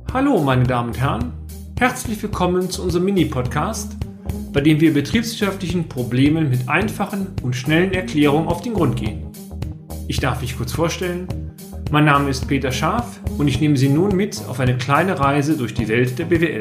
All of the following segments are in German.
Hallo meine Damen und Herren, herzlich willkommen zu unserem Mini-Podcast, bei dem wir betriebswirtschaftlichen Problemen mit einfachen und schnellen Erklärungen auf den Grund gehen. Ich darf mich kurz vorstellen, mein Name ist Peter Scharf und ich nehme Sie nun mit auf eine kleine Reise durch die Welt der BWL.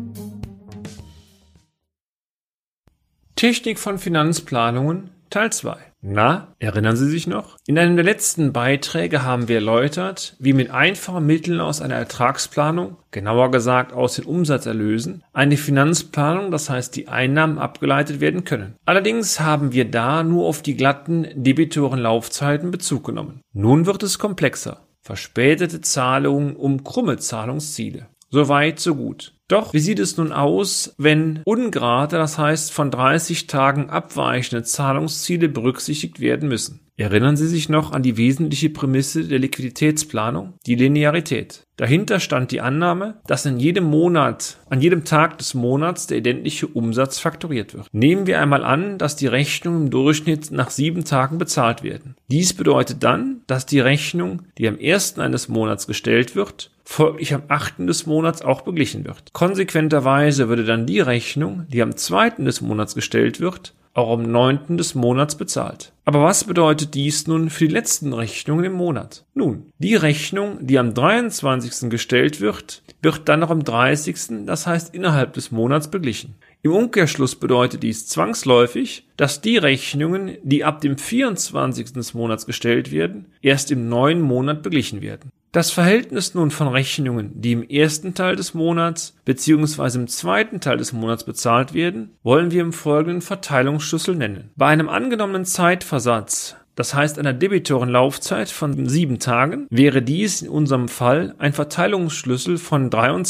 Technik von Finanzplanungen Teil 2. Na, erinnern Sie sich noch? In einem der letzten Beiträge haben wir erläutert, wie mit einfachen Mitteln aus einer Ertragsplanung, genauer gesagt aus den Umsatzerlösen, eine Finanzplanung, das heißt die Einnahmen abgeleitet werden können. Allerdings haben wir da nur auf die glatten Debitorenlaufzeiten Bezug genommen. Nun wird es komplexer. Verspätete Zahlungen um krumme Zahlungsziele. So weit, so gut. Doch, wie sieht es nun aus, wenn ungerade, das heißt von 30 Tagen abweichende Zahlungsziele berücksichtigt werden müssen? Erinnern Sie sich noch an die wesentliche Prämisse der Liquiditätsplanung? Die Linearität. Dahinter stand die Annahme, dass in jedem Monat, an jedem Tag des Monats der identische Umsatz faktoriert wird. Nehmen wir einmal an, dass die Rechnungen im Durchschnitt nach 7 Tagen bezahlt werden. Dies bedeutet dann, dass die Rechnung, die am 1. eines Monats gestellt wird, folglich am 8. des Monats auch beglichen wird. Konsequenterweise würde dann die Rechnung, die am 2. des Monats gestellt wird, auch am 9. des Monats bezahlt. Aber was bedeutet dies nun für die letzten Rechnungen im Monat? Nun, die Rechnung, die am 23. gestellt wird, wird dann noch am 30., das heißt innerhalb des Monats beglichen. Im Umkehrschluss bedeutet dies zwangsläufig, dass die Rechnungen, die ab dem 24. des Monats gestellt werden, erst im neuen Monat beglichen werden. Das Verhältnis nun von Rechnungen, die im ersten Teil des Monats bzw. im zweiten Teil des Monats bezahlt werden, wollen wir im folgenden Verteilungsschlüssel nennen. Bei einem angenommenen Zeitversatz, das heißt einer Debitorenlaufzeit von 7 Tagen, wäre dies in unserem Fall ein Verteilungsschlüssel von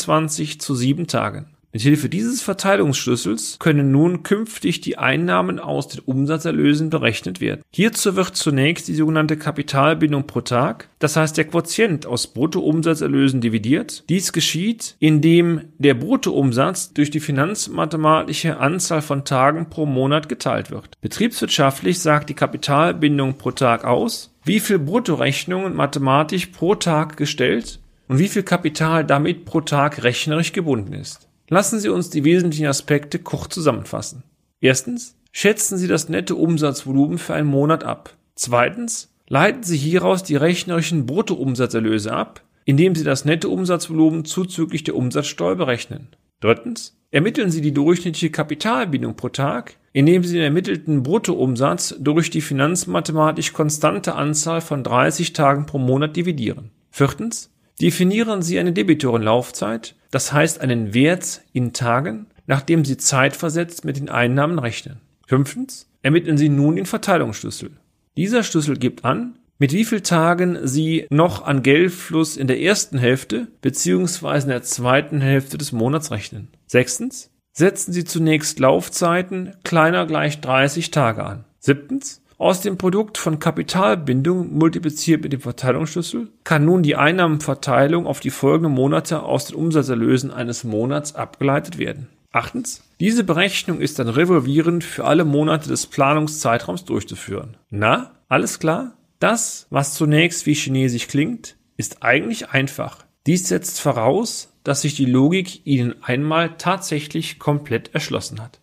23 zu 7 Tagen. Mithilfe dieses Verteilungsschlüssels können nun künftig die Einnahmen aus den Umsatzerlösen berechnet werden. Hierzu wird zunächst die sogenannte Kapitalbindung pro Tag, das heißt der Quotient aus Bruttoumsatzerlösen dividiert. Dies geschieht, indem der Bruttoumsatz durch die finanzmathematische Anzahl von Tagen pro Monat geteilt wird. Betriebswirtschaftlich sagt die Kapitalbindung pro Tag aus, wie viel Bruttorechnungen mathematisch pro Tag gestellt und wie viel Kapital damit pro Tag rechnerisch gebunden ist. Lassen Sie uns die wesentlichen Aspekte kurz zusammenfassen. Erstens, schätzen Sie das Nettoumsatzvolumen für einen Monat ab. Zweitens, leiten Sie hieraus die rechnerischen Bruttoumsatzerlöse ab, indem Sie das Nettoumsatzvolumen zuzüglich der Umsatzsteuer berechnen. Drittens, ermitteln Sie die durchschnittliche Kapitalbindung pro Tag, indem Sie den ermittelten Bruttoumsatz durch die finanzmathematisch konstante Anzahl von 30 Tagen pro Monat dividieren. Viertens, definieren Sie eine Debitorenlaufzeit, das heißt einen Wert in Tagen, nachdem Sie zeitversetzt mit den Einnahmen rechnen. Fünftens, ermitteln Sie nun den Verteilungsschlüssel. Dieser Schlüssel gibt an, mit wie vielen Tagen Sie noch an Geldfluss in der ersten Hälfte bzw. in der zweiten Hälfte des Monats rechnen. Sechstens, setzen Sie zunächst Laufzeiten kleiner gleich 30 Tage an. Siebtens, aus dem Produkt von Kapitalbindung multipliziert mit dem Verteilungsschlüssel kann nun die Einnahmenverteilung auf die folgenden Monate aus den Umsatzerlösen eines Monats abgeleitet werden. Achtens, diese Berechnung ist dann revolvierend für alle Monate des Planungszeitraums durchzuführen. Na, alles klar? Das, was zunächst wie chinesisch klingt, ist eigentlich einfach. Dies setzt voraus, dass sich die Logik Ihnen einmal tatsächlich komplett erschlossen hat.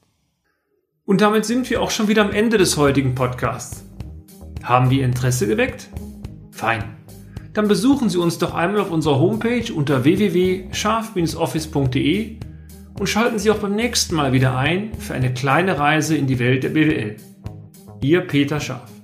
Und damit sind wir auch schon wieder am Ende des heutigen Podcasts. Haben wir Interesse geweckt? Fein. Dann besuchen Sie uns doch einmal auf unserer Homepage unter www.scharf-office.de und schalten Sie auch beim nächsten Mal wieder ein für eine kleine Reise in die Welt der BWL. Ihr Peter Scharf.